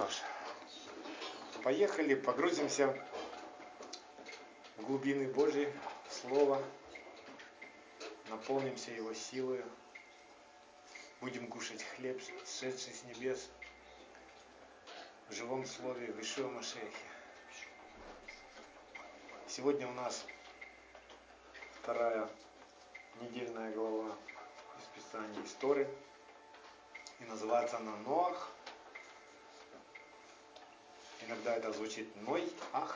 что ж, поехали, погрузимся в глубины Божьи, в Слово, наполнимся Его силой, будем кушать хлеб, сшедший с небес, в живом Слове, в Иешуа Машиахе. Сегодня у нас вторая недельная глава из Писания Торы, и называется она Ноах. Иногда это звучит Ной-Ах.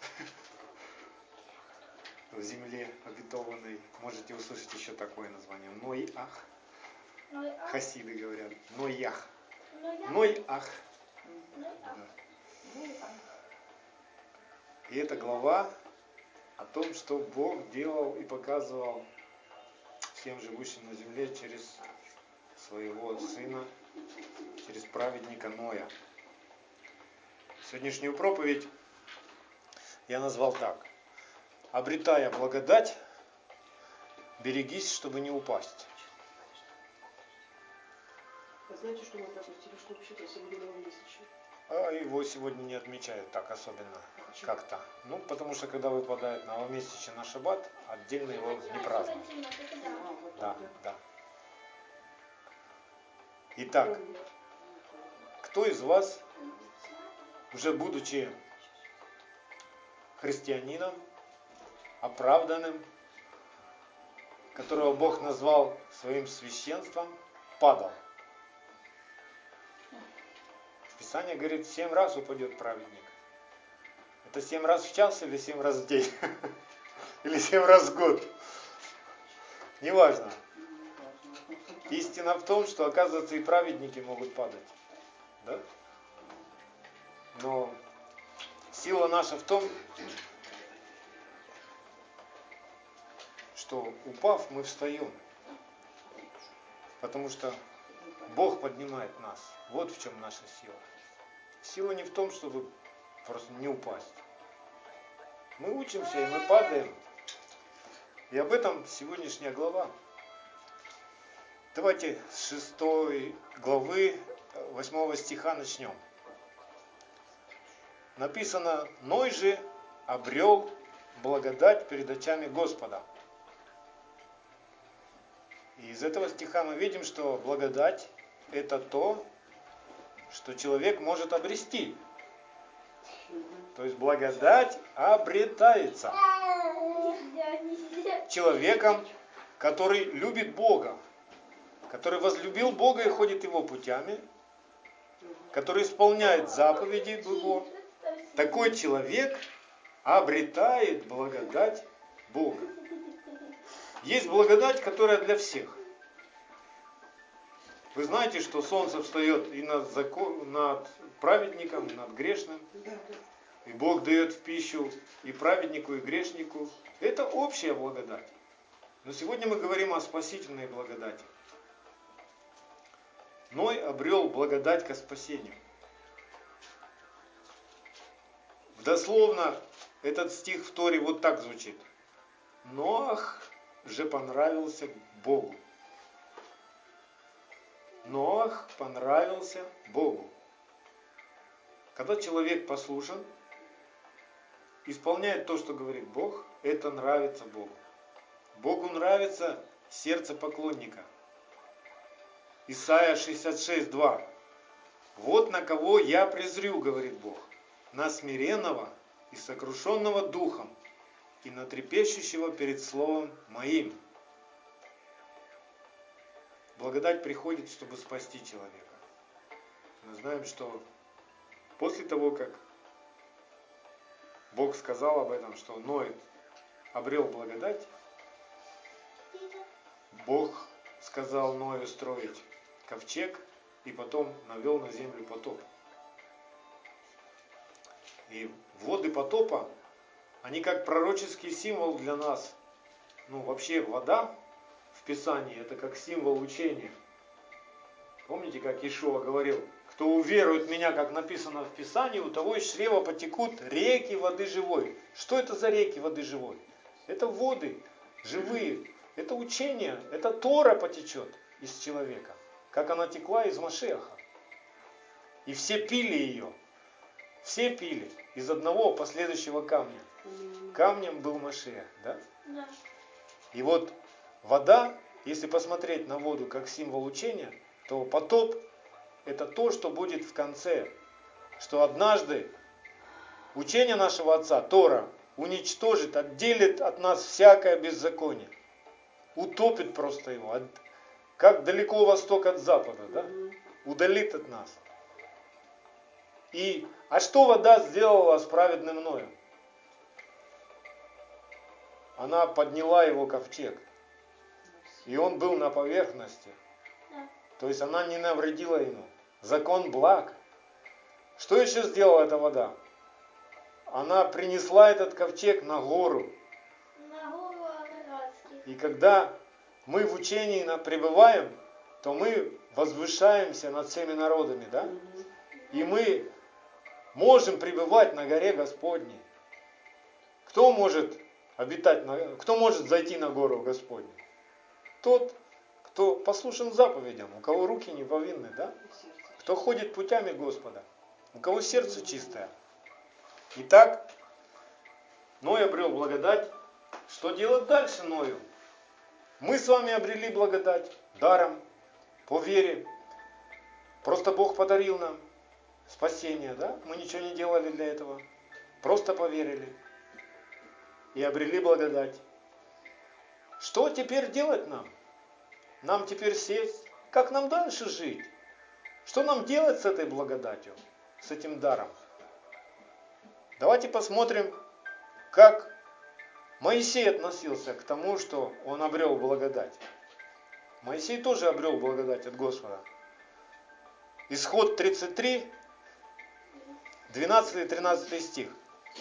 В земле обетованной. Можете услышать еще такое название. Ной-Ах. Хасиды говорят. Ной-Ях. Ной-Ах. Да. И эта глава о том, что Бог делал и показывал всем живущим на земле через своего сына, через праведника Ноя. Сегодняшнюю проповедь я назвал так. Обретая благодать, берегись, чтобы не упасть. А знаете, что мы пропустили, что вообще-то сегодня новомесячный? А его сегодня не отмечают так особенно как-то. Ну, потому что когда выпадает новомесячие на шаббат, отдельно его не празднуют. Да, да. Итак, кто из вас, уже будучи христианином, оправданным, которого Бог назвал своим священством, падал? Писание говорит, 7 раз упадет праведник. Это 7 раз в час или 7 раз в день? Или 7 раз в год? Неважно. Истина в том, что, оказывается, и праведники могут падать. Да? Но сила наша в том, что упав, мы встаем. Потому что Бог поднимает нас. Вот в чем наша сила. Сила не в том, чтобы просто не упасть. Мы учимся и мы падаем. И об этом сегодняшняя глава. Давайте с 6 главы 8 стиха начнем. Написано: Ной же обрел благодать перед очами Господа. И из этого стиха мы видим, что благодать — это то, что человек может обрести. То есть благодать обретается человеком, который любит Бога, который возлюбил Бога и ходит Его путями, который исполняет заповеди Его. Такой человек обретает благодать Бога. Есть благодать, которая для всех. Вы знаете, что солнце встает и над праведником, и над грешным. И Бог дает в пищу и праведнику, и грешнику. Это общая благодать. Но сегодня мы говорим о спасительной благодати. Ной обрел благодать ко спасению. Дословно этот стих в Торе вот так звучит. Ноах же понравился Богу. Ноах понравился Богу. Когда человек послушен, исполняет то, что говорит Бог, это нравится Богу. Богу нравится сердце поклонника. Исайя 66:2. Вот на кого я презрю, говорит Бог, на смиренного и сокрушенного духом, и на трепещущего перед словом моим. Благодать приходит, чтобы спасти человека. Мы знаем, что после того, как Бог сказал об этом, что Ной обрел благодать, Бог сказал Ною строить ковчег и потом навел на землю потоп. И воды потопа, они как пророческий символ для нас. Ну, вообще вода в Писании — это как символ учения. Помните, как Иешуа говорил: кто уверует в меня, как написано в Писании, у того из чрева потекут реки воды живой. Что это за реки воды живой? Это воды живые, это учение, это Тора потечет из человека, как она текла из Машиаха. И все пили ее. Все пили из одного последующего камня. Камнем был Машиах, да? Да. И вот вода, если посмотреть на воду как символ учения, то потоп это то, что будет в конце. Что однажды учение нашего Отца, Тора, уничтожит, отделит от нас всякое беззаконие. Утопит просто его. Как далеко восток от запада, да? Удалит от нас. А что вода сделала с праведным Ноем? Она подняла его ковчег. И он был на поверхности. То есть она не навредила ему. Закон благ. Что еще сделала эта вода? Она принесла этот ковчег на гору. На гору Араратских. И когда мы в учении пребываем, то мы возвышаемся над всеми народами, да? И мы можем пребывать на горе Господней. Кто может кто может зайти на гору Господню? Тот, кто послушен заповедям, у кого руки не повинны, да? Кто ходит путями Господа, у кого сердце чистое. Итак, Ной обрел благодать. Что делать дальше Ною? Мы с вами обрели благодать даром, по вере. Просто Бог подарил нам спасение, да? Мы ничего не делали для этого. Просто поверили. И обрели благодать. Что теперь делать нам? Нам теперь сесть. Как нам дальше жить? Что нам делать с этой благодатью? С этим даром? Давайте посмотрим, как Моисей относился к тому, что он обрел благодать. Моисей тоже обрел благодать от Господа. Исход 33, 12 и 13 стих.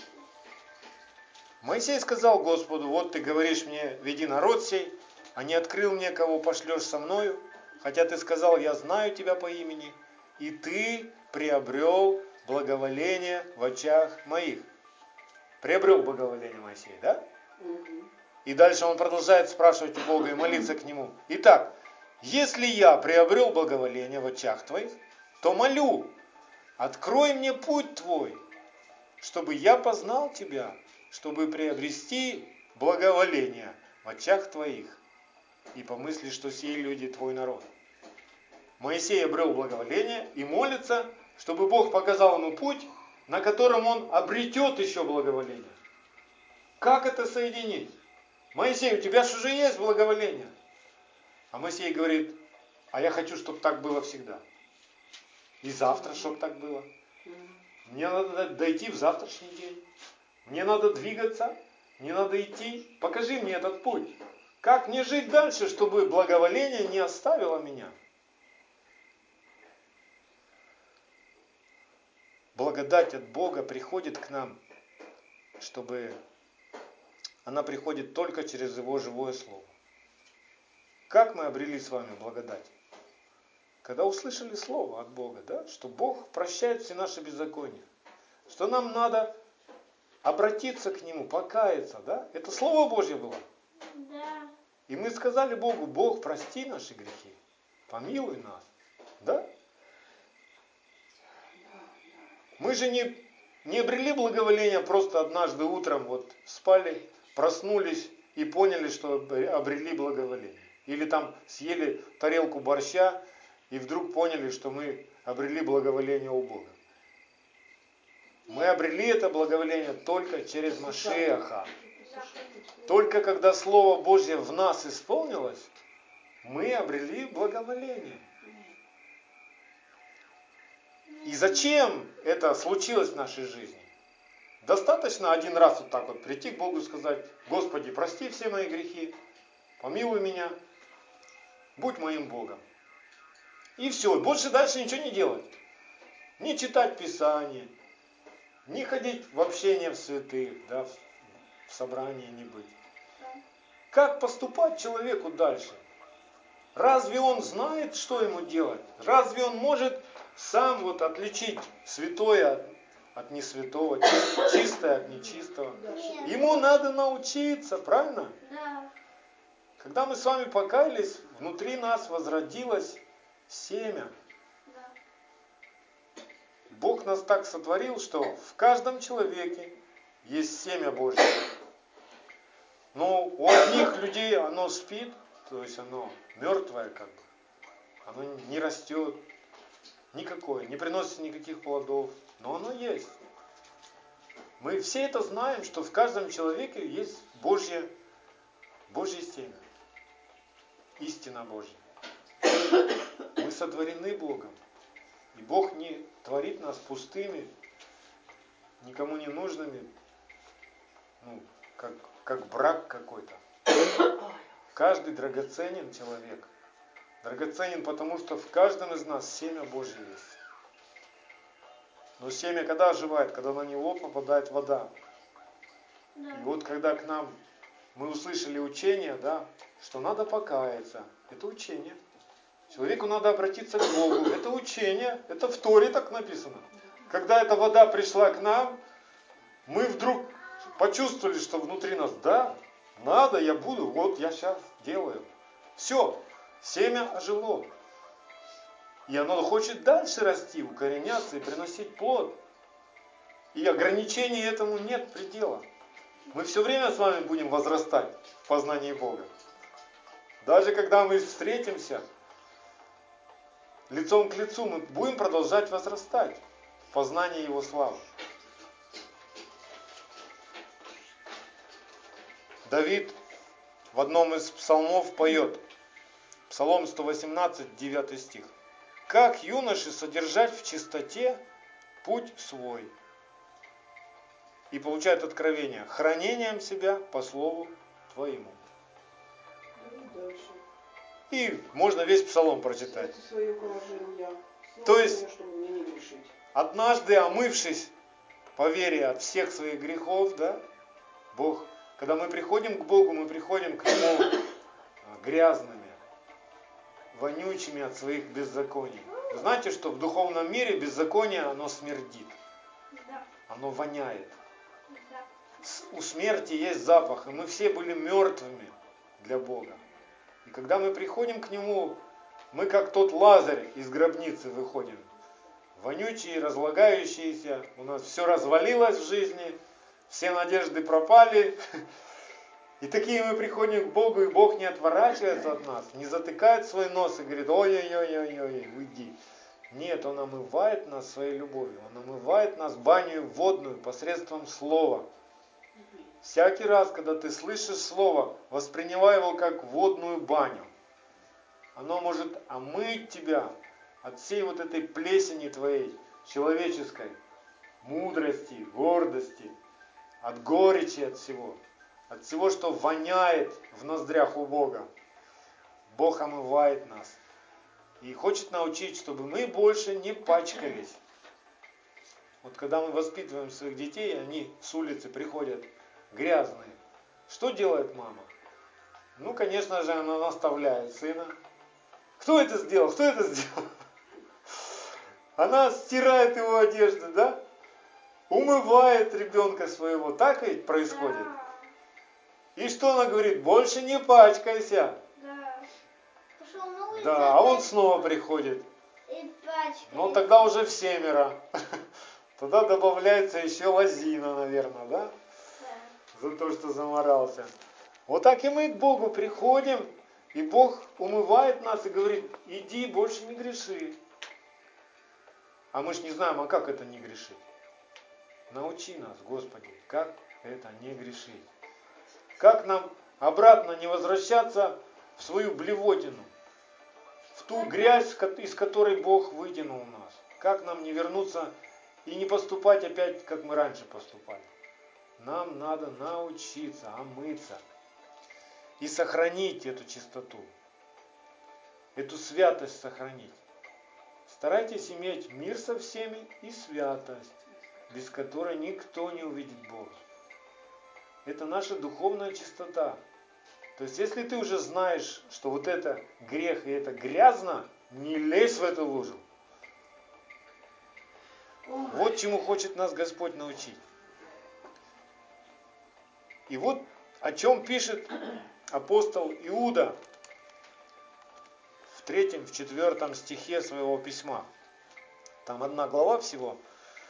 Моисей сказал Господу: вот ты говоришь мне, веди народ сей, а не открыл мне, кого пошлешь со мною, хотя ты сказал, я знаю тебя по имени, и ты приобрел благоволение в очах моих. Приобрел благоволение Моисей, да? И дальше он продолжает спрашивать у Бога и молиться к нему. Итак, если я приобрел благоволение в очах твоих, то молю, открой мне путь твой, чтобы я познал тебя, чтобы приобрести благоволение в очах твоих, и помысли, что сии люди твой народ. Моисей обрел благоволение и молится, чтобы Бог показал ему путь, на котором он обретет еще благоволение. Как это соединить? Моисей, у тебя же уже есть благоволение. А Моисей говорит: а я хочу, чтобы так было всегда. И завтра, чтобы так было. Мне надо дойти в завтрашний день. Мне надо двигаться. Мне надо идти. Покажи мне этот путь. Как мне жить дальше, чтобы благоволение не оставило меня? Благодать от Бога приходит к нам, чтобы она приходит только через Его живое Слово. Как мы обрели с вами благодать? Когда услышали Слово от Бога, да, что Бог прощает все наши беззакония, что нам надо обратиться к Нему, покаяться, да? Это Слово Божье было. Да. И мы сказали Богу: Бог, прости наши грехи, помилуй нас, да? Мы же не обрели благоволение просто однажды утром, вот спали, проснулись и поняли, что обрели благоволение. Или там съели тарелку борща и вдруг поняли, что мы обрели благоволение у Бога. Мы обрели это благоволение только через Машиаха. Только когда Слово Божье в нас исполнилось, мы обрели благоволение. И зачем это случилось в нашей жизни? Достаточно один раз вот так вот прийти к Богу и сказать: Господи, прости все мои грехи, помилуй меня, будь моим Богом. И все, больше дальше ничего не делать. Не читать Писание, не ходить в общение в святых, да, в собрании не быть. Как поступать человеку дальше? Разве он знает, что ему делать? Разве он может сам вот отличить святое от несвятого, чистое от нечистого? Нет. Ему надо научиться, правильно? Да. Когда мы с вами покаялись, внутри нас возродилось семя. Да. нас так сотворил, что в каждом человеке есть семя Божье. Но у одних людей оно спит, то есть оно мертвое как бы. Оно не растет, никакое, не приносит никаких плодов. Но оно есть. Мы все это знаем, что в каждом человеке есть Божье семя. Истина Божья. Мы сотворены Богом. И Бог не творит нас пустыми, никому не нужными, как брак какой-то. Каждый драгоценен человек. Драгоценен, потому что в каждом из нас семя Божье есть. Но семя когда оживает? Когда на него попадает вода. Да. И вот когда к нам мы услышали учение, да, что надо покаяться, это учение. Человеку надо обратиться к Богу, это учение, это в Торе так написано. Когда эта вода пришла к нам, мы вдруг почувствовали, что внутри нас, да, надо, я буду, вот я сейчас делаю. Все, семя ожило. И оно хочет дальше расти, укореняться и приносить плод. И ограничений этому нет предела. Мы все время с вами будем возрастать в познании Бога. Даже когда мы встретимся лицом к лицу, мы будем продолжать возрастать в познании Его славы. Давид в одном из псалмов поет, Псалом 118, 9 стих. «Как юноше содержать в чистоте путь свой». И получает откровение, хранением себя по слову Твоему. Дальше. И можно весь псалом прочитать. Сердце свое положил я. То есть, чтобы мне не грешить. однажды омывшись по вере от всех своих грехов, да, Бог, когда мы приходим к Богу, мы приходим к Нему грязными, вонючими от своих беззаконий. Вы знаете, что в духовном мире беззаконие, оно смердит, Да. оно воняет. Да. У смерти есть запах, и мы все были мертвыми для Бога. И когда мы приходим к Нему, мы как тот Лазарь из гробницы выходим. Вонючие, разлагающиеся, у нас все развалилось в жизни, все надежды пропали. И такие мы приходим к Богу, и Бог не отворачивается от нас, не затыкает свой нос и говорит, ой-ой-ой-ой-ой, уйди. Нет, Он омывает нас своей любовью, Он омывает нас баню водную посредством слова. Всякий раз, когда ты слышишь слово, воспринимай его как водную баню. Оно может омыть тебя от всей вот этой плесени твоей человеческой, мудрости, гордости, от горечи, от всего, что воняет в ноздрях у Бога. Бог омывает нас и хочет научить, чтобы мы больше не пачкались. Вот когда мы воспитываем своих детей, они с улицы приходят грязные. Что делает мама? Ну, конечно же, она наставляет сына. Кто это сделал? Кто это сделал? Она стирает его одежду, да? Умывает ребенка своего. Так ведь происходит? Да. И что она говорит? Больше не пачкайся. Да. Пошел на улицу. Да, а он снова приходит. И пачкается. Но тогда уже в 7. Тогда добавляется еще лозина, наверное, да? Да. За то, что заморался. Вот так и мы к Богу приходим, и Бог умывает нас и говорит, иди, больше не греши. А мы ж не знаем, а как это не грешить? Научи нас, Господи, как это не грешить. Как нам обратно не возвращаться в свою блевотину, в ту грязь, из которой Бог вытянул нас. Как нам не вернуться и не поступать опять, как мы раньше поступали. Нам надо научиться омыться и сохранить эту чистоту, эту святость сохранить. Старайтесь иметь мир со всеми и святость, без которой никто не увидит Бога. Это наша духовная чистота. То есть, если ты уже знаешь, что вот это грех и это грязно, не лезь в эту лужу. Вот чему хочет нас Господь научить. И вот о чем пишет апостол Иуда в 3-4 стихе своего письма. Там 1 глава всего.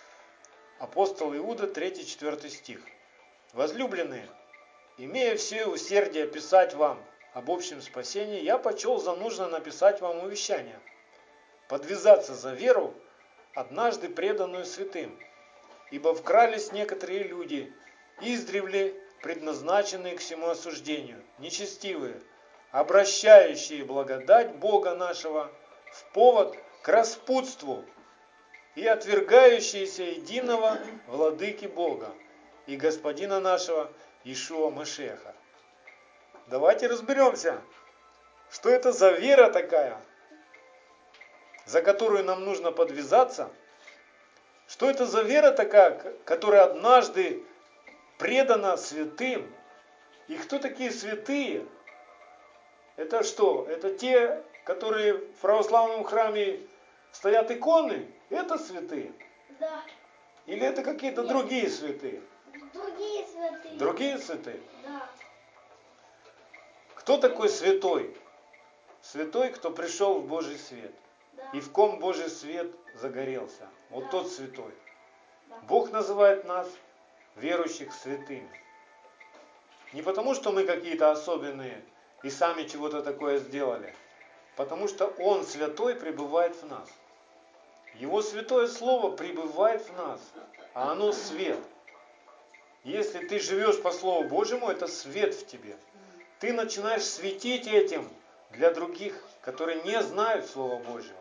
Апостол Иуда, 3-4 стих. Возлюбленные, имея все усердие писать вам об общем спасении, я почел за нужно написать вам увещание, подвязаться за веру, однажды преданную святым, ибо вкрались некоторые люди, издревле предназначенные к всему осуждению, нечестивые, обращающие благодать Бога нашего в повод к распутству и отвергающиеся единого владыки Бога и Господина нашего Иешуа Машеха. Давайте разберемся, что это за вера такая, за которую нам нужно подвязаться. Что это за вера такая, которая однажды предана святым? И кто такие святые? Это что? Это те, которые в православном храме стоят иконы? Это святые? Да. Или это какие-то Нет. другие святые? Другие святые. Другие святые? Да. Кто такой святой? Святой, кто пришел в Божий свет. Да. И в ком Божий свет загорелся. Вот Да. тот святой. Да. Бог называет нас, верующих, святыми. Не потому, что мы какие-то особенные и сами чего-то такое сделали. Потому что Он, святой, пребывает в нас. Его святое слово пребывает в нас. А оно свет. Если ты живешь по Слову Божьему, это свет в тебе. Ты начинаешь светить этим для других, которые не знают Слова Божьего.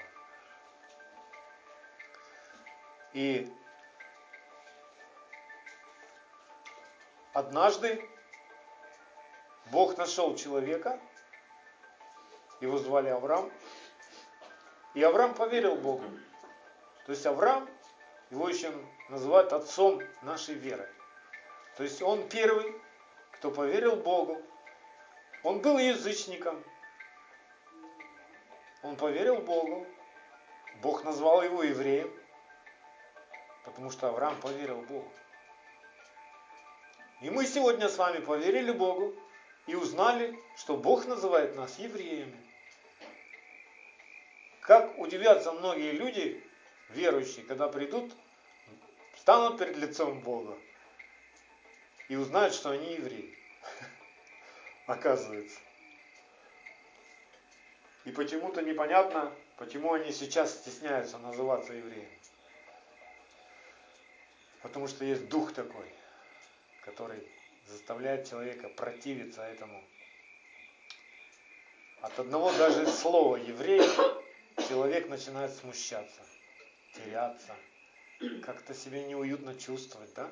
И однажды Бог нашел человека, его звали Авраам, и Авраам поверил Богу. То есть Авраам, его еще называют отцом нашей веры. То есть он первый, кто поверил Богу. Он был язычником. Он поверил Богу. Бог назвал его евреем, потому что Авраам поверил Богу. И мы сегодня с вами поверили Богу и узнали, что Бог называет нас евреями. Как удивятся многие люди, верующие, когда придут, станут перед лицом Бога и узнают, что они евреи. Оказывается. И почему-то непонятно, почему они сейчас стесняются называться евреями. Потому что есть дух такой, который заставляет человека противиться этому. От одного даже слова еврей человек начинает смущаться, теряться, как-то себе неуютно чувствовать, да?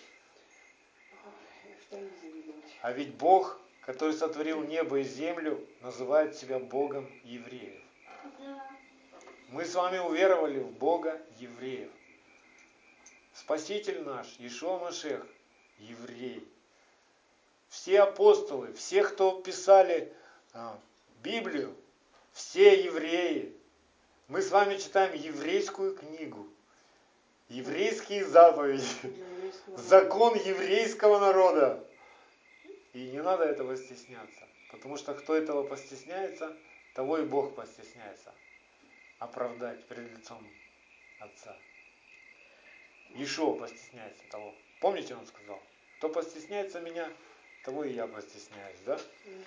А ведь Бог, который сотворил небо и землю, называет себя Богом евреев. Да. Мы с вами уверовали в Бога евреев. Спаситель наш, Иешуа Машех, еврей. Все апостолы, все, кто писали Библию, все евреи. Мы с вами читаем еврейскую книгу, еврейские заповеди, закон еврейского народа. И не надо этого стесняться, потому что кто этого постесняется, того и Бог постесняется оправдать перед лицом Отца. Иешуа постесняется того. Помните, он сказал, кто постесняется меня, того и я постесняюсь, да?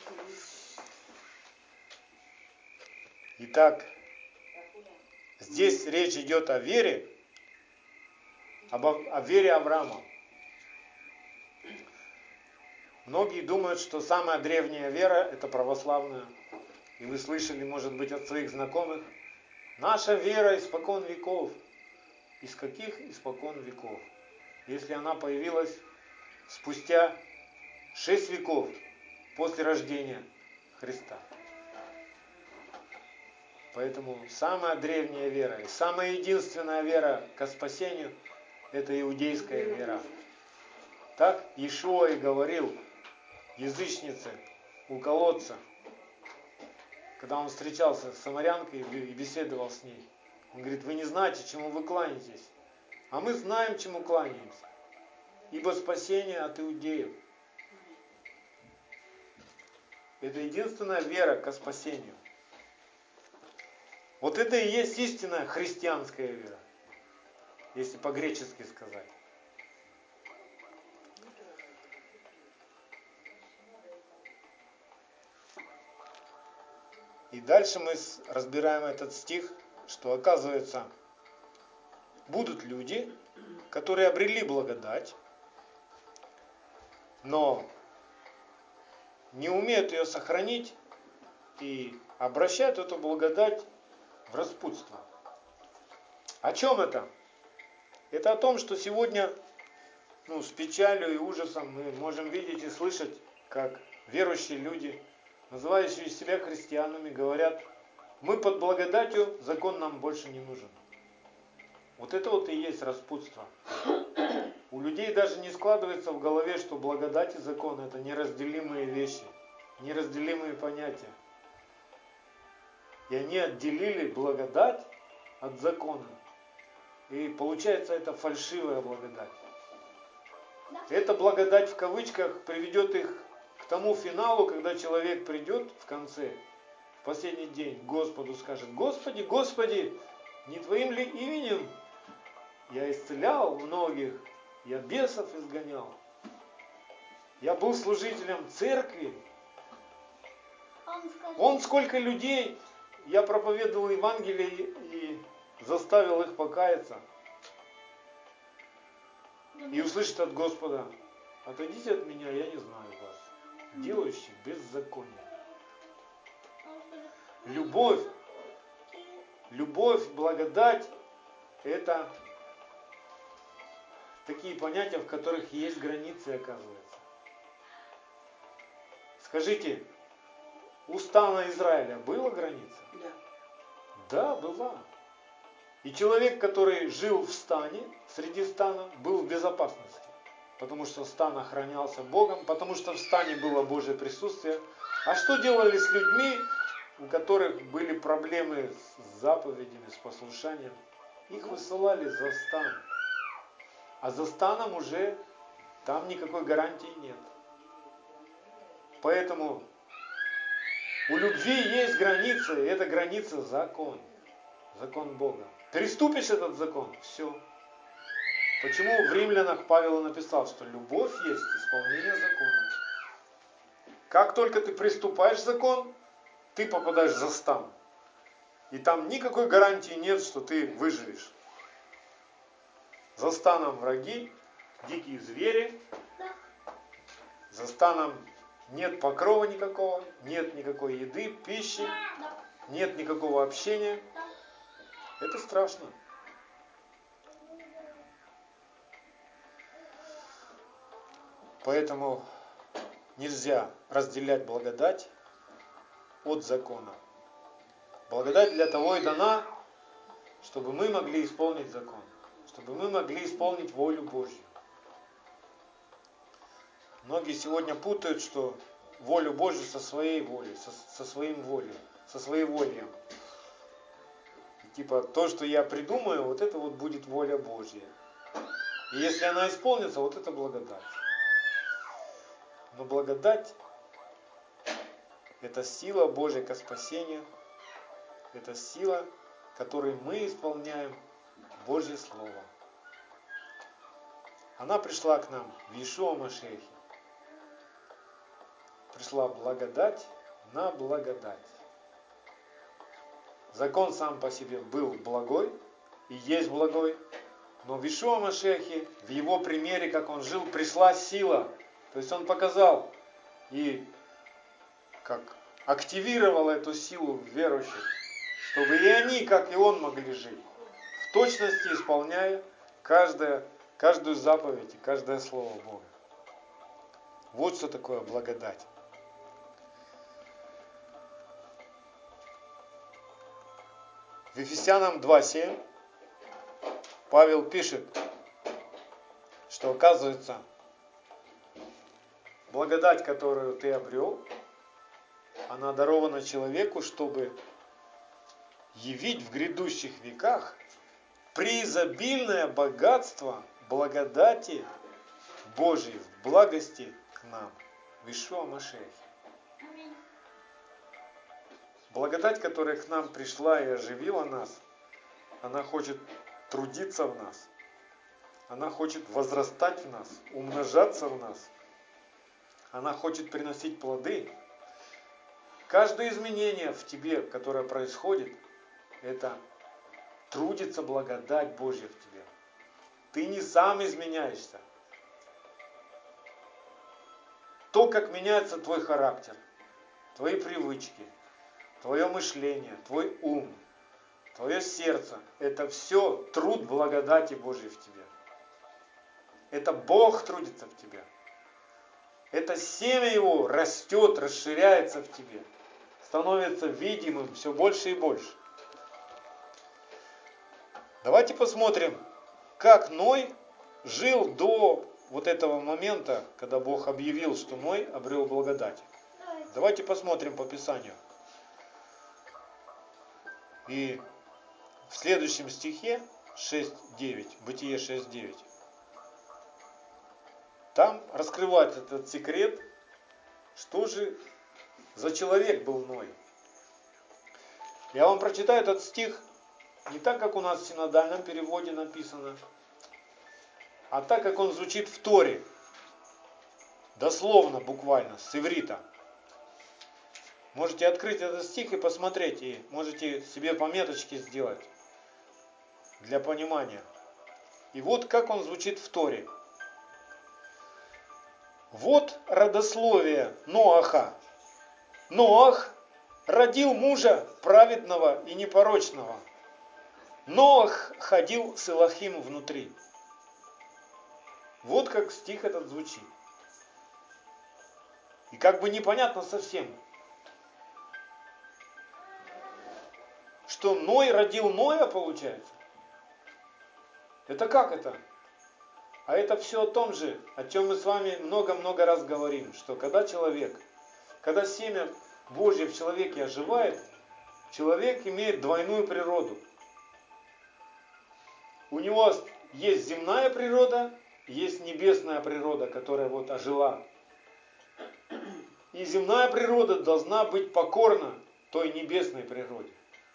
Итак, здесь речь идет о вере, о вере Авраама. Многие думают, что самая древняя вера – это православная. И вы слышали, может быть, от своих знакомых, наша вера испокон веков. Из каких испокон веков? Если она появилась спустя 6 веков после рождения Христа. Поэтому самая древняя вера и самая единственная вера к спасению – это иудейская вера. Так Иешуа и говорил язычнице у колодца, когда он встречался с самарянкой и беседовал с ней. Он говорит, вы не знаете, чему вы кланяетесь, а мы знаем, чему кланяемся. Ибо спасение от иудеев. Это единственная вера к спасению. Вот это и есть истинная христианская вера, если по-гречески сказать. дальше мы разбираем этот стих, что оказывается, будут люди, которые обрели благодать, но не умеют ее сохранить и обращают эту благодать в распутство. О чем это? Это о том, что сегодня с печалью и ужасом мы можем видеть и слышать, как верующие люди, называющие себя христианами, говорят: мы под благодатью, закон нам больше не нужен. Вот это вот и есть распутство. У людей даже не складывается в голове, что благодать и закон — это неразделимые вещи, неразделимые понятия. И они отделили благодать от закона. И получается, это фальшивая благодать. Эта благодать в кавычках приведет их к тому финалу, когда человек придет в конце, в последний день, к Господу скажет: Господи, Господи, не Твоим ли именем я исцелял многих, я бесов изгонял, я был служителем церкви, он сколько людей, я проповедовал Евангелие и заставил их покаяться. И услышит от Господа: отойдите от меня, я не знаю вас, делающий беззаконие. Любовь, благодать — это такие понятия, в которых есть границы, оказывается. Скажите, у стана Израиля была граница? Да. Да, была. И человек, который жил в стане, среди стана, был в безопасности. Потому что стан охранялся Богом, потому что в стане было Божье присутствие. А что делали с людьми, у которых были проблемы с заповедями, с послушанием? Их высылали за стан. А за станом уже там никакой гарантии нет. Поэтому у любви есть граница, и эта граница — закон. Закон Бога. Переступишь этот закон — все. Почему в Римлянах Павел написал, что любовь есть исполнение закона. Как только ты приступаешь закон, ты попадаешь за стан. И там никакой гарантии нет, что ты выживешь. За станом враги, дикие звери. За станом нет покрова никакого, нет никакой еды, пищи, нет никакого общения. Это страшно. Поэтому нельзя разделять благодать от закона. Благодать для того и дана, чтобы мы могли исполнить закон, чтобы мы могли исполнить волю Божью. Многие сегодня путают, что волю Божью со своей волей, со своим волей, со своеволием. Типа то, что я придумаю, вот это вот будет воля Божья. И если она исполнится, вот это благодать. Но благодать — это сила Божья ко спасению. Это сила, которой мы исполняем Божье Слово. Она пришла к нам в Иешуа Машиахе. Пришла благодать на благодать. Закон сам по себе был благой и есть благой. Но в Иешуа Машиахе, в его примере, как он жил, пришла сила. То есть он показал и как активировал эту силу в верующих, чтобы и они, как и он, могли жить, в точности исполняя каждую заповедь и каждое слово Бога. Вот что такое благодать. В Ефесянам 2:7 Павел пишет, что оказывается, благодать, которую ты обрел, она дарована человеку, чтобы явить в грядущих веках преизобильное богатство благодати Божьей в благости к нам, в Иешуа Машиахе. Благодать, которая к нам пришла и оживила нас, она хочет трудиться в нас, она хочет возрастать в нас, умножаться в нас, она хочет приносить плоды. Каждое изменение в тебе, которое происходит, это трудится благодать Божья в тебе. Ты не сам изменяешься. То, как меняется твой характер, твои привычки, твое мышление, твой ум, твое сердце, это все труд благодати Божьей в тебе. Это Бог трудится в тебе. Это семя Его растет, расширяется в тебе, становится видимым все больше и больше. Давайте посмотрим, как Ной жил до вот этого момента, когда Бог объявил, что Ной обрел благодать. Давайте посмотрим по Писанию. И в следующем стихе 6.9, Бытие 6.9, там раскрывается этот секрет, что же за человек был Ной. Я вам прочитаю этот стих не так, как у нас в синодальном переводе написано, а так, как он звучит в Торе. Дословно, буквально, с иврита. Можете открыть этот стих и посмотреть, и можете себе пометочки сделать для понимания. И вот как он звучит в Торе. Вот родословие Ноаха. Ноах родил мужа праведного и непорочного. Ноах ходил с Элохим внутри. Вот как стих этот звучит. И как бы непонятно совсем, что Ной родил Ноя, получается. Это как это? А это все о том же, о чем мы с вами много-много раз говорим, что когда семя Божье в человеке оживает, человек имеет двойную природу. У него есть земная природа, есть небесная природа, которая вот ожила. И земная природа должна быть покорна той небесной природе.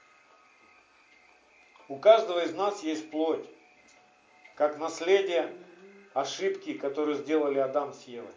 У каждого из нас есть плоть, как наследие ошибки, которую сделали Адам с Евой.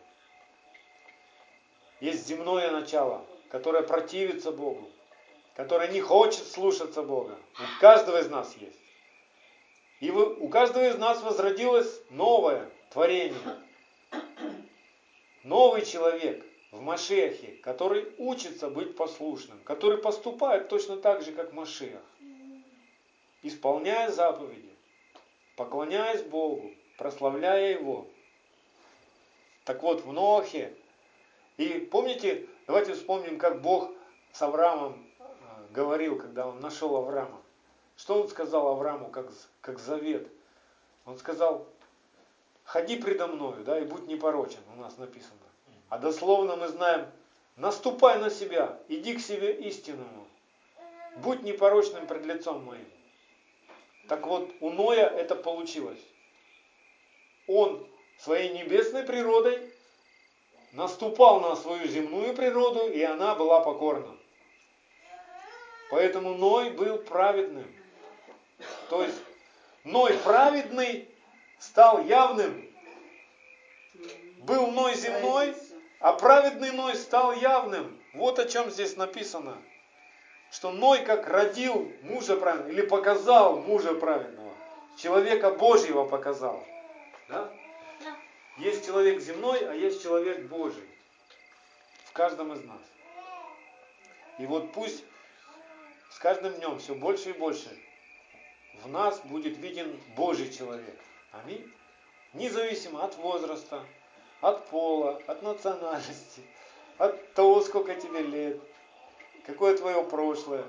Есть земное начало, которое противится Богу, которое не хочет слушаться Бога. У каждого из нас есть. И у каждого из нас возродилось новое творение. Новый человек в Машиахе, который учится быть послушным, который поступает точно так же, как Машиах, исполняя заповеди, поклоняясь Богу, прославляя Его. Так вот, в Ноахе, и помните, давайте вспомним, как Бог с Авраамом говорил, когда он нашел Авраама. Что он сказал Аврааму, как завет? Он сказал: ходи предо мною, да, и будь непорочен, у нас написано. А дословно мы знаем: наступай на себя, иди к себе истинному, будь непорочным пред лицом моим. Так вот, у Ноя это получилось. Он своей небесной природой наступал на свою земную природу, и она была покорна. Поэтому Ной был праведным. То есть Ной праведный стал явным. Был Ной земной, а праведный Ной стал явным. Вот о чем здесь написано. Что Ной как родил мужа праведного, или показал мужа праведного. Человека Божьего показал. Да? Есть человек земной, а есть человек Божий. В каждом из нас. И вот пусть с каждым днем все больше и больше в нас будет виден Божий человек. Аминь. Независимо от возраста, от пола, от национальности, от того, сколько тебе лет, какое твое прошлое.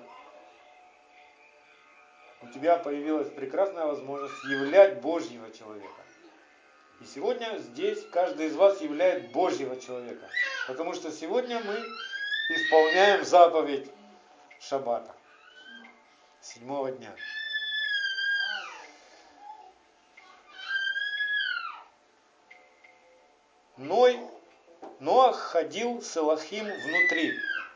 У тебя появилась прекрасная возможность являть Божьего человека. И сегодня здесь каждый из вас являет Божьего человека. Потому что сегодня мы исполняем заповедь Шаббата, 7-го дня. Ноах ходил с Элохим внутри.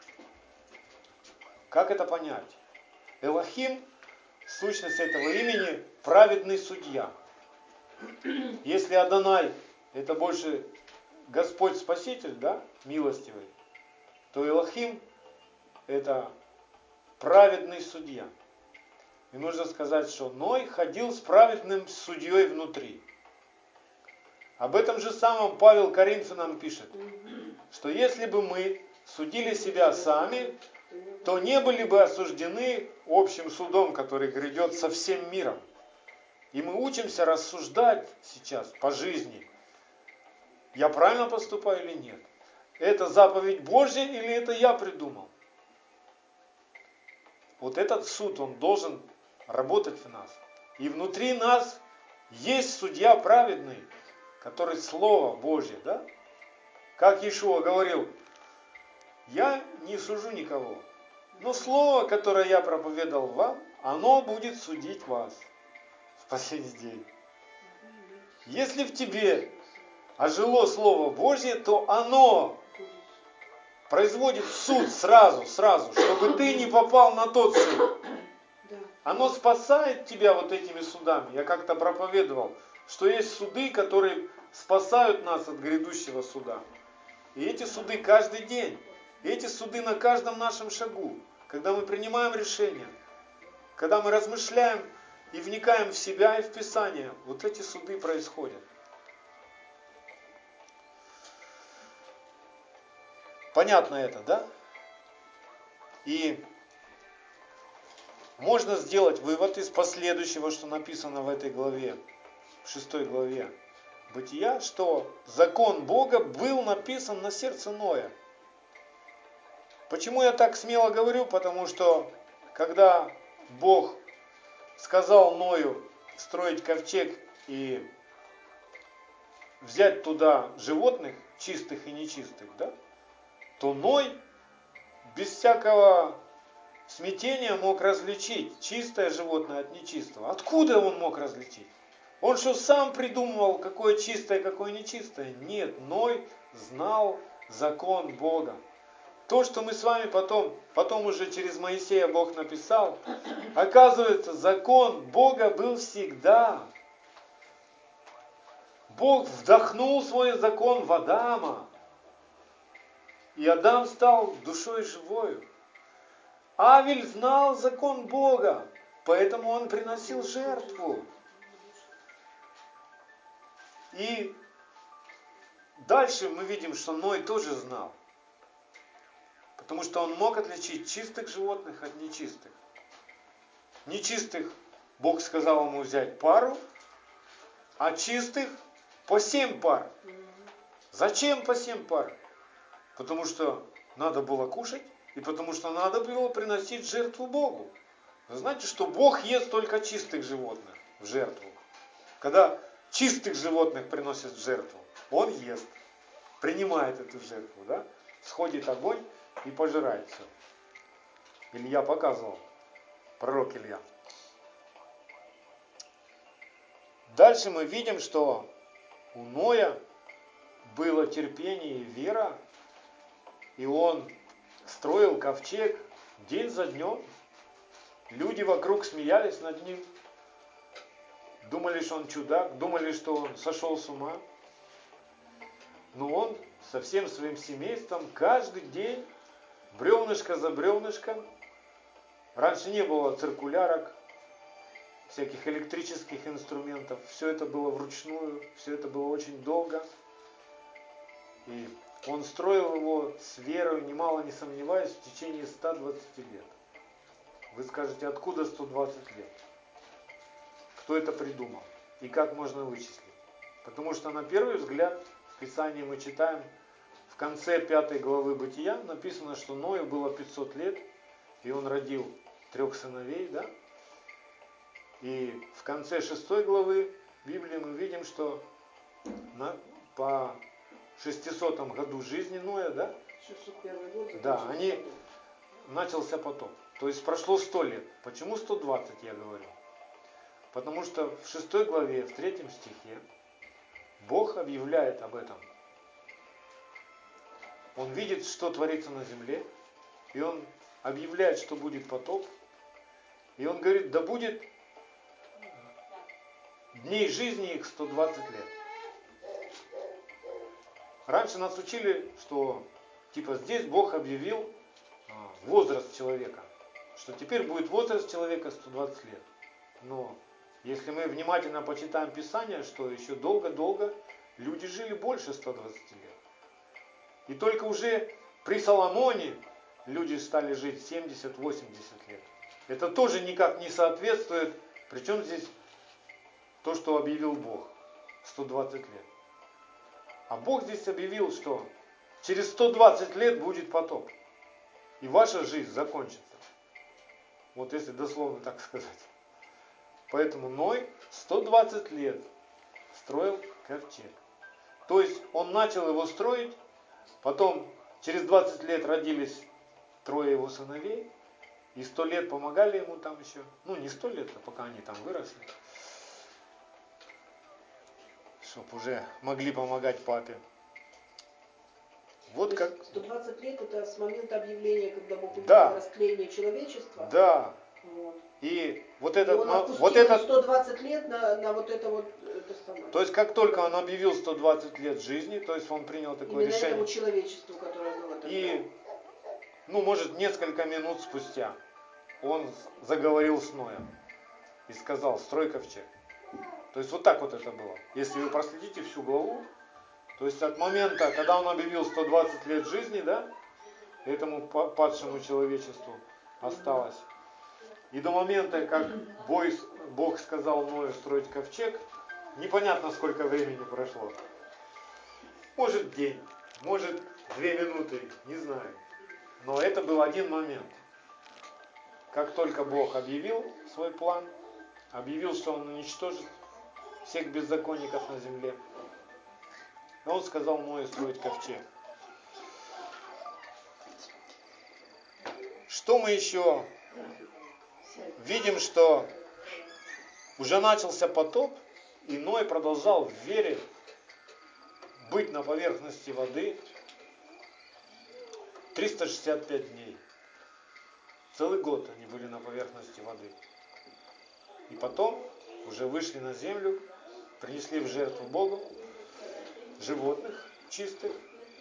Как это понять? Элохим, сущность этого имени, праведный судья. Если Адонай это больше Господь Спаситель, да, милостивый, то Элохим это праведный судья. И нужно сказать, что Ной ходил с праведным судьей внутри. Об этом же самом Павел Коринфянам пишет, что если бы мы судили себя сами, то не были бы осуждены общим судом, который грядет со всем миром. И мы учимся рассуждать сейчас по жизни, я правильно поступаю или нет. Это заповедь Божья или это я придумал? Вот этот суд, он должен работать в нас. И внутри нас есть судья праведный, который Слово Божье, да? Как Иешуа говорил, я не сужу никого, но Слово, которое я проповедовал вам, оно будет судить вас в последний день. Если в тебе ожило Слово Божье, то оно производит суд сразу, чтобы ты не попал на тот суд. Оно спасает тебя вот этими судами. Я как-то проповедовал, что есть суды, которые спасают нас от грядущего суда. И эти суды каждый день. И эти суды на каждом нашем шагу. Когда мы принимаем решения, когда мы размышляем и вникаем в себя и в Писание, вот эти суды происходят. Понятно это, да? И можно сделать вывод из последующего, что написано в этой главе, в 6 главе Бытия, что закон Бога был написан на сердце Ноя. Почему я так смело говорю? Потому что, когда Бог сказал Ною строить ковчег и взять туда животных, чистых и нечистых, да, то Ной без всякого смятения мог различить чистое животное от нечистого. Откуда он мог различить? Он что, сам придумывал, какое чистое, какое нечистое? Нет, Ной знал закон Бога. То, что мы с вами потом уже через Моисея Бог написал, оказывается, закон Бога был всегда. Бог вдохнул свой закон в Адама. И Адам стал душой живою. Авель знал закон Бога, поэтому он приносил жертву. И дальше мы видим, что Ной тоже знал. Потому что он мог отличить чистых животных от нечистых. Нечистых Бог сказал ему взять пару, а чистых по 7 пар. Зачем по 7 пар? Потому что надо было кушать, и потому что надо было приносить жертву Богу. Вы знаете, что Бог ест только чистых животных в жертву. Когда чистых животных приносят в жертву, Он ест, принимает эту жертву, да? Сходит огонь и пожирает все. Илья показывал, пророк Илья. Дальше мы видим, что у Ноя было терпение и вера, и он строил ковчег день за днем. Люди вокруг смеялись над ним, думали, что он чудак, думали, что он сошел с ума. Но он со всем своим семейством каждый день, бревнышко за бревнышком, раньше не было циркулярок, всяких электрических инструментов, все это было вручную, все это было очень долго. И он строил его с верой, немало не сомневаясь, в течение 120 лет. Вы скажете, откуда 120 лет? Кто это придумал? И как можно вычислить? Потому что на первый взгляд в Писании мы читаем, в конце 5 главы Бытия написано, что Ною было 500 лет, и он родил 3 сыновей, да? И в конце 6 главы Библии мы видим, что по 600 году жизни Ноя, да? 601 год. Да, начался потоп. То есть прошло 100 лет. Почему 120, я говорю? Потому что в 6 главе, в 3 стихе, Бог объявляет об этом. Он видит, что творится на земле, и он объявляет, что будет потоп. И он говорит, да будет дней жизни их 120 лет. Раньше нас учили, что типа здесь Бог объявил возраст человека. Что теперь будет возраст человека 120 лет. Но если мы внимательно почитаем Писание, что еще долго-долго люди жили больше 120 лет. И только уже при Соломоне люди стали жить 70-80 лет. Это тоже никак не соответствует. Причем здесь то, что объявил Бог. 120 лет. А Бог здесь объявил, что через 120 лет будет потоп. И ваша жизнь закончится. Вот если дословно так сказать. Поэтому Ной 120 лет строил ковчег. То есть он начал его строить, потом через 20 лет родились 3 его сыновей, и 100 лет помогали ему там еще. Ну не 100 лет, а пока они там выросли. Чтоб уже могли помогать папе. Вот То как. есть 120 лет это с момента объявления, когда Бог увидел Да. растление человечества. Да. Вот. И вот И этот, он отпустил вот этот, 120 лет на вот это вот это самое. то есть как только он объявил 120 лет жизни, то есть он принял такое Именно решение. этому человечеству, которое было тогда. И, может, несколько минут спустя он заговорил с Ноем и сказал: строй ковчег. То есть вот так вот это было. Если вы проследите всю главу, то есть от момента, когда он объявил 120 лет жизни, да, этому падшему человечеству осталось, и до момента, как Бог сказал Ною строить ковчег, непонятно сколько времени прошло. Может день, может 2 минуты, не знаю. Но это был один момент. Как только Бог объявил свой план, объявил, что Он уничтожит всех беззаконников на земле, Он сказал Ною строить ковчег. Что мы еще видим, что уже начался потоп, и Ной продолжал в вере быть на поверхности воды 365 дней. Целый год они были на поверхности воды. И потом уже вышли на землю, принесли в жертву Богу животных чистых.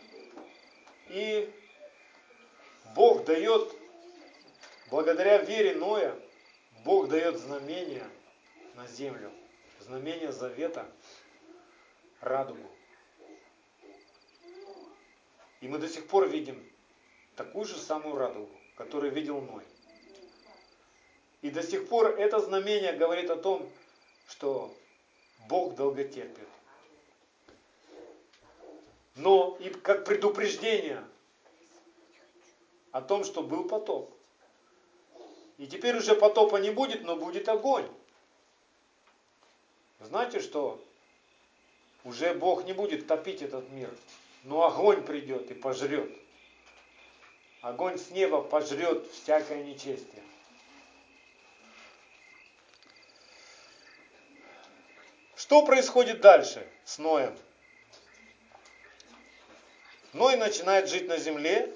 И Бог дает, благодаря вере Ноя, Бог дает знамения на землю. Знамения завета, радугу. И мы до сих пор видим такую же самую радугу, которую видел Ной. И до сих пор это знамение говорит о том, что Бог долготерпит. Но и как предупреждение о том, что был потоп. И теперь уже потопа не будет, но будет огонь. Знаете, что уже Бог не будет топить этот мир, но огонь придет и пожрет. Огонь с неба пожрет всякое нечестие. Что происходит дальше с Ноем? Ной начинает жить на земле.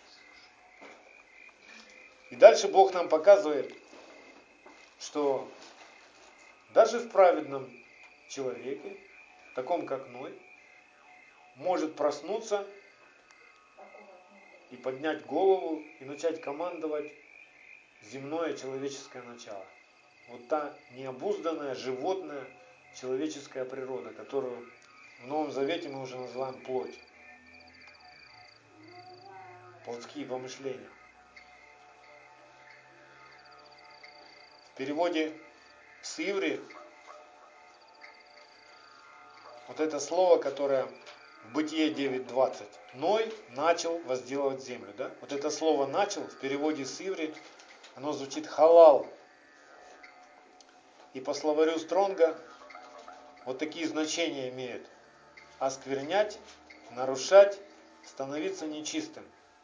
И дальше Бог нам показывает, что даже в праведном человеке, таком как Ной, может проснуться и поднять голову и начать командовать земное человеческое начало. Вот та необузданная, животная, человеческая природа, которую в Новом Завете мы уже называем плоть. Плотские помышления. В переводе с иври вот это слово, которое в Бытие 9:20. Ной начал возделывать землю. Да? Вот это слово «начал» в переводе с иври, оно звучит халал. И по словарю Стронга вот такие значения имеют: осквернять, нарушать, становиться нечистым.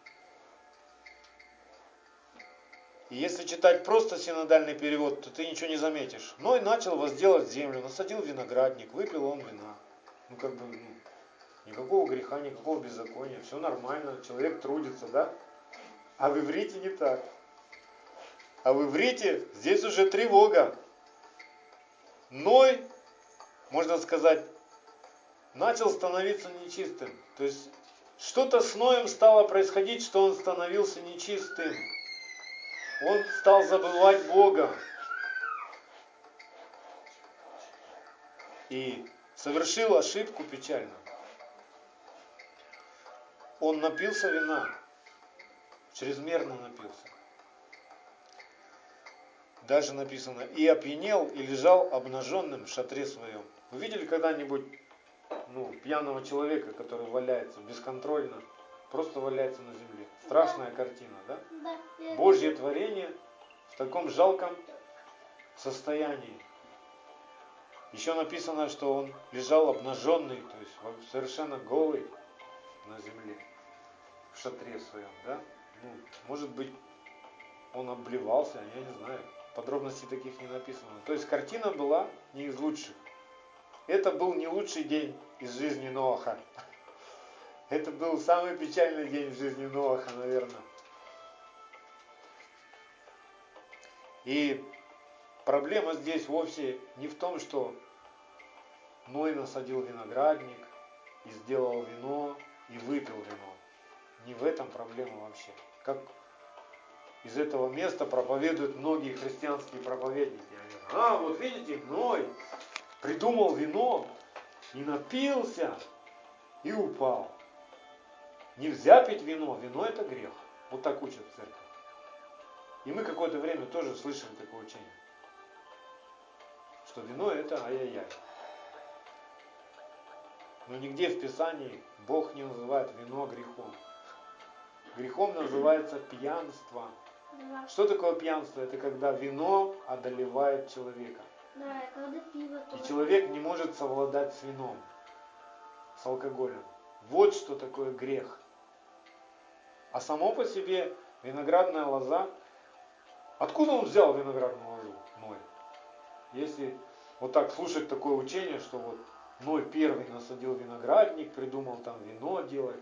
И если читать просто синодальный перевод, то ты ничего не заметишь. Ной начал возделать землю, насадил виноградник, выпил он вина. Никакого греха, никакого беззакония, все нормально, человек трудится, да? А в иврите не так. А в иврите здесь уже тревога. Ной, можно сказать, начал становиться нечистым. То есть Что-то с Ноем стало происходить, что он становился нечистым. Он стал забывать Бога. И совершил ошибку печальную. Он напился вина. Чрезмерно напился. Даже написано, и опьянел, и лежал обнаженным в шатре своем. Вы видели когда-нибудь пьяного человека, который валяется бесконтрольно, просто валяется на земле? Страшная картина, да? Да. Божье творение в таком жалком состоянии. Еще написано, что он лежал обнаженный, то есть совершенно голый на земле, в шатре своем, да? Может быть, он обливался, я не знаю. Подробностей таких не написано. То есть картина была не из лучших. Это был не лучший день из жизни Ноаха. Это был самый печальный день в жизни Ноаха, наверное. И проблема здесь вовсе не в том, что Ной насадил виноградник и сделал вино и выпил вино. Не в этом проблема вообще. Как из этого места проповедуют многие христианские проповедники. Они говорят, вот видите, Ной придумал вино и напился и упал. Нельзя пить вино, вино это грех. Вот так учат в церкви. И мы какое-то время тоже слышали такое учение, что вино это ай-яй-яй. Но нигде в Писании Бог не называет вино грехом. Грехом называется пьянство. Да. Что такое пьянство? Это когда вино одолевает человека. Да, когда пиво И тоже. человек не может совладать с вином, с алкоголем. Вот что такое грех. А само по себе виноградная лоза, откуда он взял виноградную лозу, Ной? Если вот так слушать такое учение, что вот Ной первый насадил виноградник, придумал там вино делать.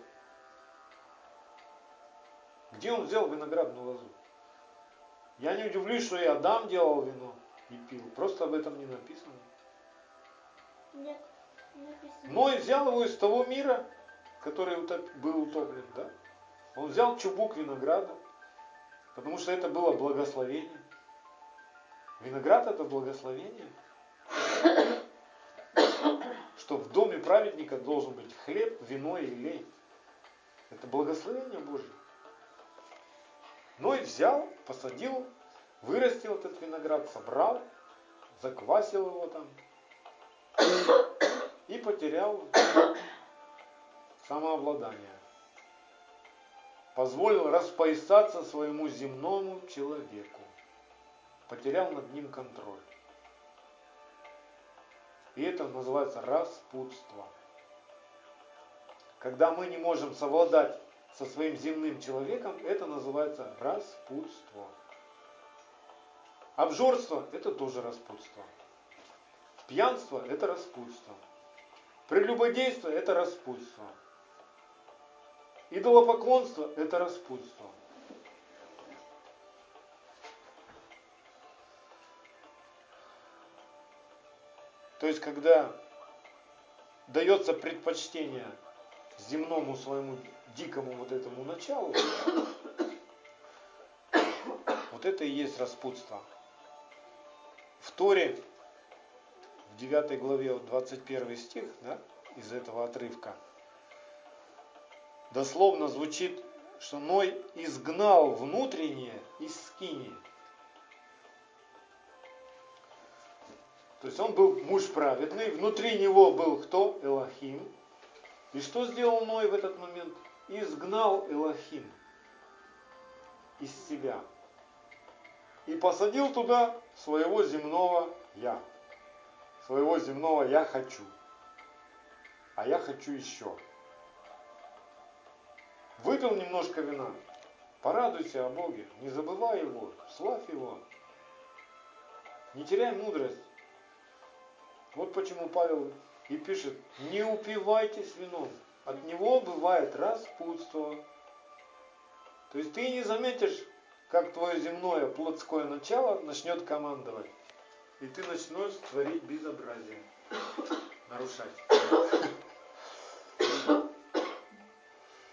Где он взял виноградную лозу? Я не удивлюсь, что и Адам делал вино и пил. Просто об этом не написано. Нет, не написано. Ной взял его из того мира, который был утоплен, да? Он взял чубук винограда, потому что это было благословение. Виноград это благословение. Что в доме праведника должен быть хлеб, вино и елей. Это благословение Божье. Ной взял, посадил, вырастил этот виноград, собрал, заквасил его там и потерял самообладание. Позволил распоясаться своему земному человеку. Потерял над ним контроль. И это называется распутство. Когда мы не можем совладать со своим земным человеком, это называется распутство. Обжорство – это тоже распутство. Пьянство – это распутство. Прелюбодейство – это распутство. Идолопоклонство – это распутство. То есть, когда дается предпочтение земному своему дикому вот этому началу, вот это и есть распутство. В Торе, в 9 главе, 21 стих, да, из этого отрывка, дословно звучит, что Ной изгнал внутреннее из скинии. То есть он был муж праведный, внутри него был кто? Элохим. И что сделал Ной в этот момент? Изгнал Элохим из себя. И посадил туда своего земного я. Своего земного я хочу. А я хочу еще. Выпил немножко вина. Порадуйся о Боге. Не забывай Его. Славь Его. Не теряй мудрость. Вот почему Павел и пишет: не упивайтесь вином. От него бывает распутство. То есть ты не заметишь, как твое земное плотское начало начнет командовать. И ты начнешь творить безобразие. Нарушать.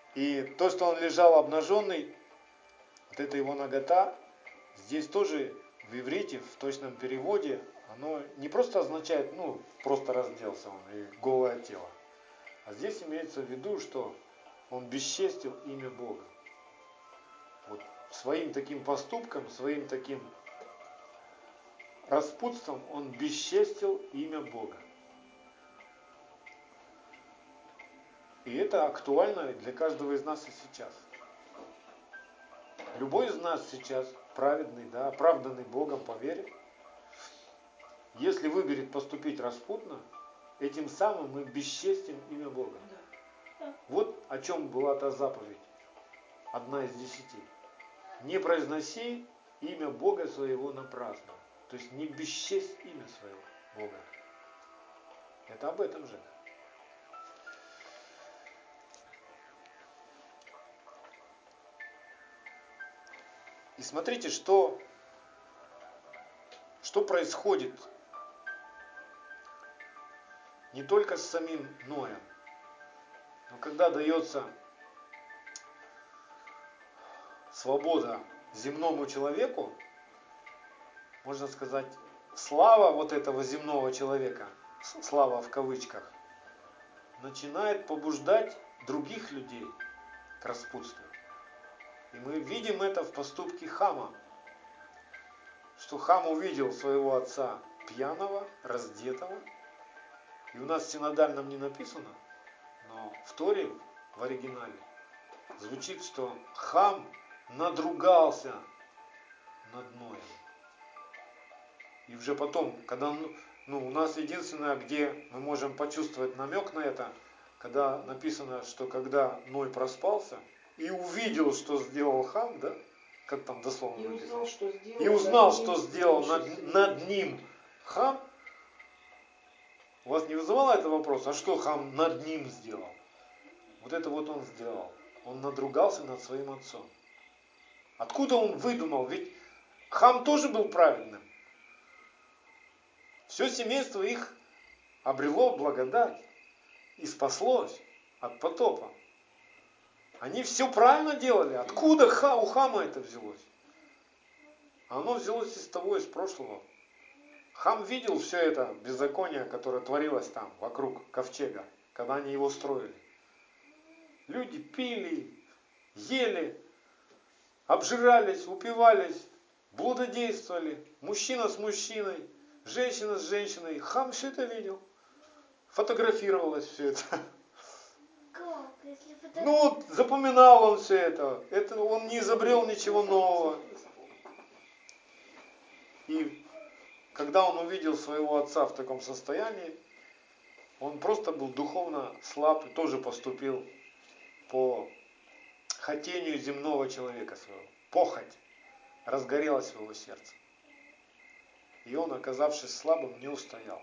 И то, что он лежал обнаженный, вот это его нагота, здесь тоже в иврите, в точном переводе, оно не просто означает, ну, просто разделся он и голое тело. А здесь имеется в виду, что он бесчестил имя Бога. Вот своим таким поступком, своим таким распутством он бесчестил имя Бога. И это актуально для каждого из нас и сейчас. Любой из нас сейчас праведный, да, оправданный Богом по вере, если выберет поступить распутно, этим самым мы бесчестим имя Бога. Вот о чем была та заповедь, одна из 10. Не произноси имя Бога своего напрасно. То есть не бесчесть имя своего Бога. Это об этом же. И смотрите, что происходит не только с самим Ноем, но когда дается свобода земному человеку, можно сказать, слава вот этого земного человека, слава в кавычках, начинает побуждать других людей к распутству. И мы видим это в поступке Хама, что Хам увидел своего отца пьяного, раздетого. И у нас в синодальном не написано, но в Торе, в оригинале, звучит, что Хам надругался над Ноем. И уже потом, когда, у нас единственное, где мы можем почувствовать намек на это, когда написано, что когда Ной проспался и увидел, что сделал Хам, да, как там дословно написано, и узнал, что сделал над ним Хам. У вас не вызывало это вопрос, а что Хам над ним сделал? Вот это вот он сделал. Он надругался над своим отцом. Откуда он выдумал? Ведь Хам тоже был праведным. Все семейство их обрело благодать и спаслось от потопа. Они все правильно делали. Откуда у Хама это взялось? Оно взялось из того, из прошлого. Хам видел все это беззаконие, которое творилось там, вокруг ковчега, когда они его строили. Люди пили, ели, обжирались, упивались, блудодействовали. Мужчина с мужчиной, женщина с женщиной. Хам все это видел. Фотографировалось все это. Как? Если Ну, запоминал он все это. Это он не изобрел ничего нового. И когда он увидел своего отца в таком состоянии, он просто был духовно слаб и тоже поступил по хотению земного человека своего. Похоть разгорелась в его сердце. И он, оказавшись слабым, не устоял.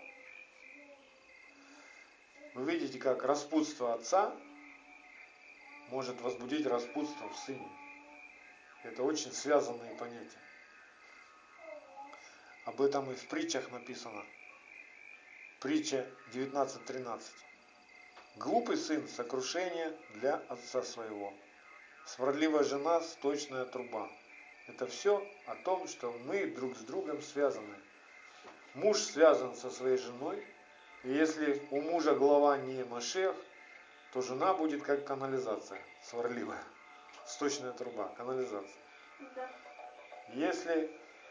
Вы видите, как распутство отца может возбудить распутство в сыне. Это очень связанные понятия. Об этом и в притчах написано. Притча 19:13. Глупый сын — сокрушение для отца своего. Сварливая жена — сточная труба. Это все о том, что мы друг с другом связаны. Муж связан со своей женой, и если у мужа голова не Машиах, то жена будет как канализация, сварливая, сточная труба, канализация. Да. Если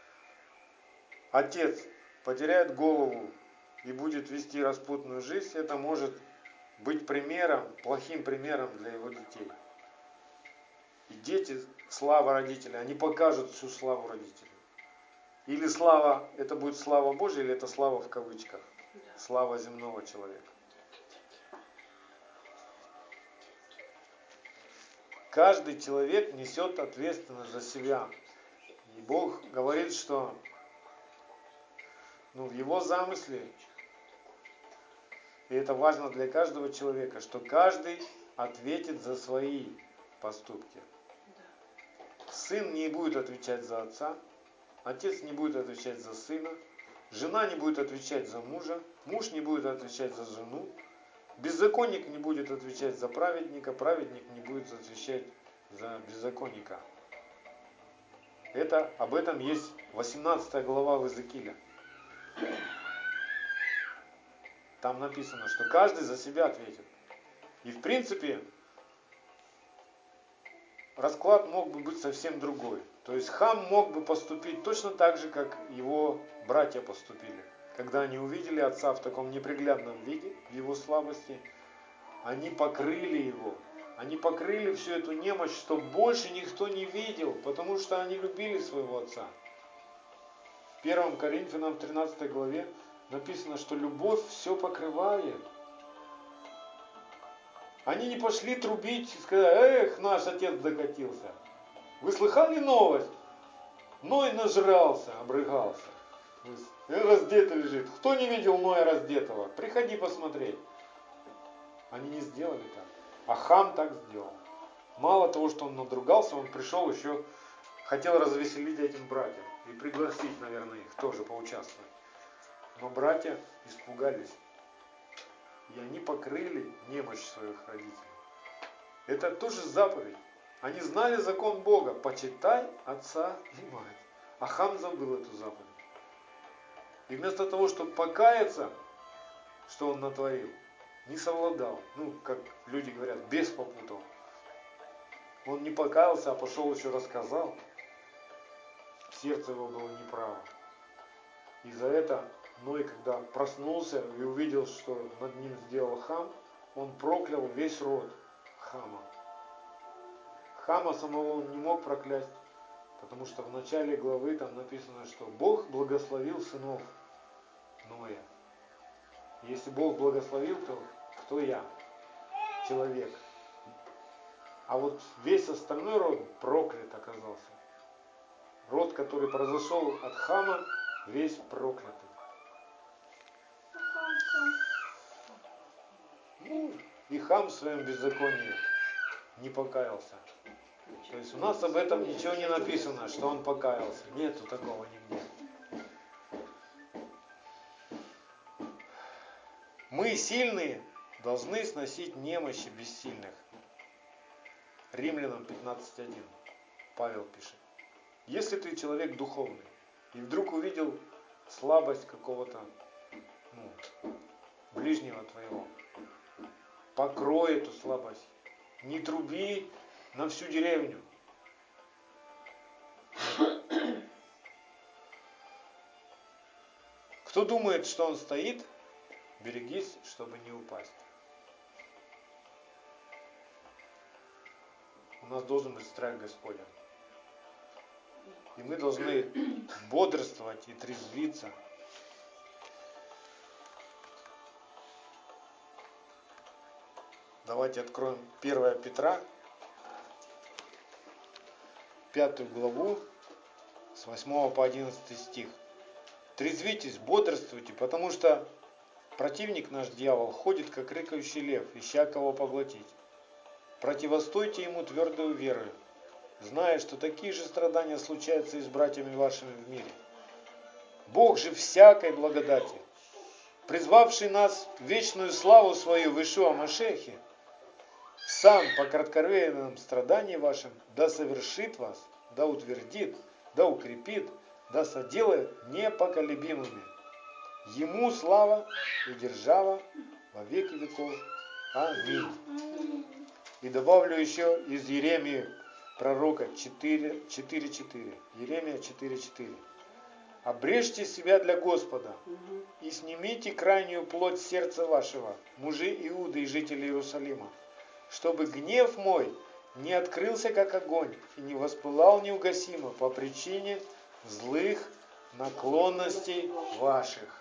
отец потеряет голову и будет вести распутную жизнь, это может быть примером, плохим примером для его детей. И дети, слава родителей, они покажут всю славу родителей. Или слава, это будет слава Божья, или это слава в кавычках. Слава земного человека. Каждый человек несет ответственность за себя. И Бог говорит, что в Его замысле, и это важно для каждого человека, что каждый ответит за свои поступки. Сын не будет отвечать за отца, отец не будет отвечать за сына, жена не будет отвечать за мужа, муж не будет отвечать за жену, Беззаконник не будет отвечать за праведника, праведник не будет отвечать за беззаконника. Об этом есть 18 глава в Иезекииля. Там написано, что каждый за себя ответит. И в принципе, расклад мог бы быть совсем другой. То есть Хам мог бы поступить точно так же, как его братья поступили. Когда они увидели отца в таком неприглядном виде, в его слабости, они покрыли его. Они покрыли всю эту немощь, чтобы больше никто не видел, потому что они любили своего отца. В 1 Коринфянам в 13 главе написано, что любовь все покрывает. Они не пошли трубить и сказали: эх, наш отец докатился. Вы слыхали новость? Ной нажрался, обрыгался. Раздетый лежит. Кто не видел Ноя раздетого? Приходи посмотреть. Они не сделали так. А Хам так сделал. Мало того, что он надругался, он пришел еще, хотел развеселить этим братьям. И пригласить, наверное, их тоже поучаствовать. Но братья испугались. И они покрыли немощь своих родителей. Это тоже заповедь. Они знали закон Бога. Почитай отца и мать. А Хам забыл эту заповедь. И вместо того, чтобы покаяться, что он натворил, не совладал. Как люди говорят, бес попутал. Он не покаялся, а пошел еще рассказал. Сердце его было неправо. И за это Ной, когда проснулся и увидел, что над ним сделал Хам, он проклял весь род Хама. Хама самого он не мог проклясть, потому что в начале главы там написано, что Бог благословил сынов Ноя. И если Бог благословил, то кто я? Человек. А вот весь остальной род проклят оказался. Род, который произошел от Хама, весь проклятый. И Хам в своем беззаконии не покаялся. То есть у нас об этом ничего не написано, что он покаялся. Нету такого нигде. Мы, сильные, должны сносить немощи бессильных. Римлянам 15:1 Павел пишет. Если ты человек духовный и вдруг увидел слабость какого-то ближнего твоего, покрой эту слабость. Не труби на всю деревню. Кто думает, что он стоит, берегись, чтобы не упасть. У нас должен быть страх Господень. И мы должны бодрствовать и трезвиться. Давайте откроем 1 Петра, 5 главу, с 8 по 11 стих. Трезвитесь, бодрствуйте, потому что противник наш дьявол ходит, как рыкающий лев, ища кого поглотить. Противостойте ему твердою верою, зная, что такие же страдания случаются и с братьями вашими в мире. Бог же всякой благодати, призвавший нас в вечную славу свою в Иешуа Машиахе, сам по кратковременном страдании вашим да совершит вас, да утвердит, да укрепит, да соделает непоколебимыми. Ему слава и держава во веки веков. Аминь. И добавлю еще из Иеремии пророка 4:4. Иеремия 4:4. Обрежьте себя для Господа и снимите крайнюю плоть сердца вашего, мужи Иуды и жители Иерусалима, чтобы гнев мой не открылся, как огонь, и не воспылал неугасимо по причине злых наклонностей ваших.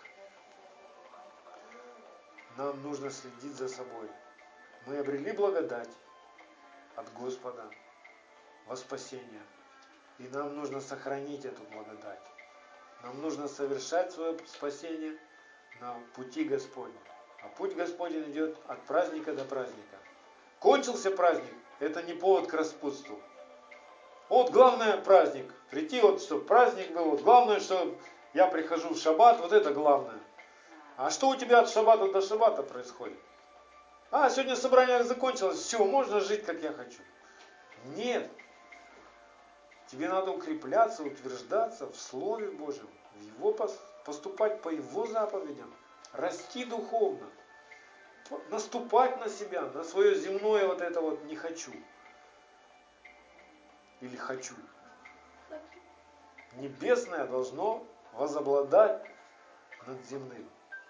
Нам нужно следить за собой. Мы обрели благодать от Господа во спасение. И нам нужно сохранить эту благодать. Нам нужно совершать свое спасение на пути Господня. А путь Господень идет от праздника до праздника. Кончился праздник, это не повод к распутству. Вот главное праздник. Прийти, чтобы праздник был. Вот главное, что я прихожу в шаббат, вот это главное. А что у тебя от шаббата до шаббата происходит? А, сегодня собрание закончилось, все, можно жить, как я хочу. Нет. Тебе надо укрепляться, утверждаться в Слове Божьем, поступать по Его заповедям, расти духовно, наступать на себя, на свое земное вот это вот не хочу. Или хочу. Небесное должно возобладать над земным.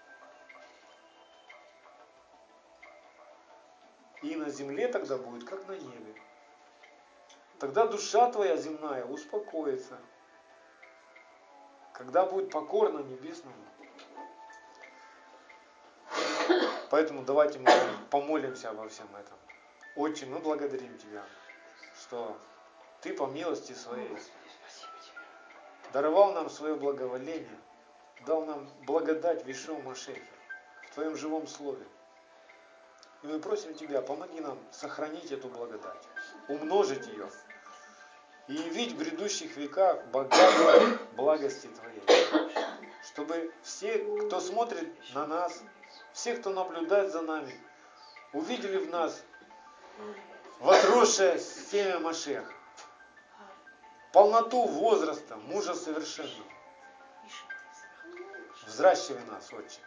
И на земле тогда будет, как на небе. Тогда душа твоя земная успокоится. Когда будет покорна небесному. Поэтому давайте мы помолимся обо всем этом. Отче, мы благодарим Тебя, что Ты по милости Своей даровал нам свое благоволение, дал нам благодать в Иешуа Машехе, в Твоем живом Слове. И мы просим Тебя, помоги нам сохранить эту благодать, умножить ее и явить в грядущих веках богатство благости Твоей. Чтобы все, кто смотрит на нас, все, кто наблюдает за нами, увидели в нас возросшее семя Машеха, полноту возраста мужа совершенного. Взращивай нас, Отче.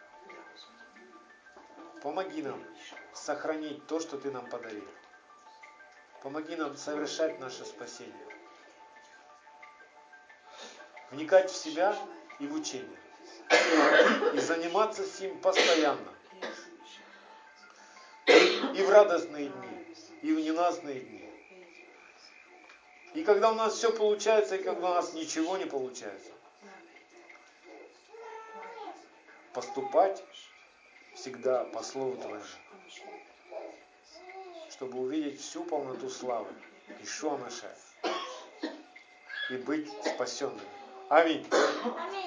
Помоги нам сохранить то, что Ты нам подарил. Помоги нам совершать наше спасение. Вникать в себя и в учение. И заниматься сим постоянно. И в радостные дни, и в ненастные дни. И когда у нас все получается, и когда у нас ничего не получается. Поступать всегда по Слову Твоему. Чтобы увидеть всю полноту славы Иешуа Машеха. И быть спасенными. Аминь.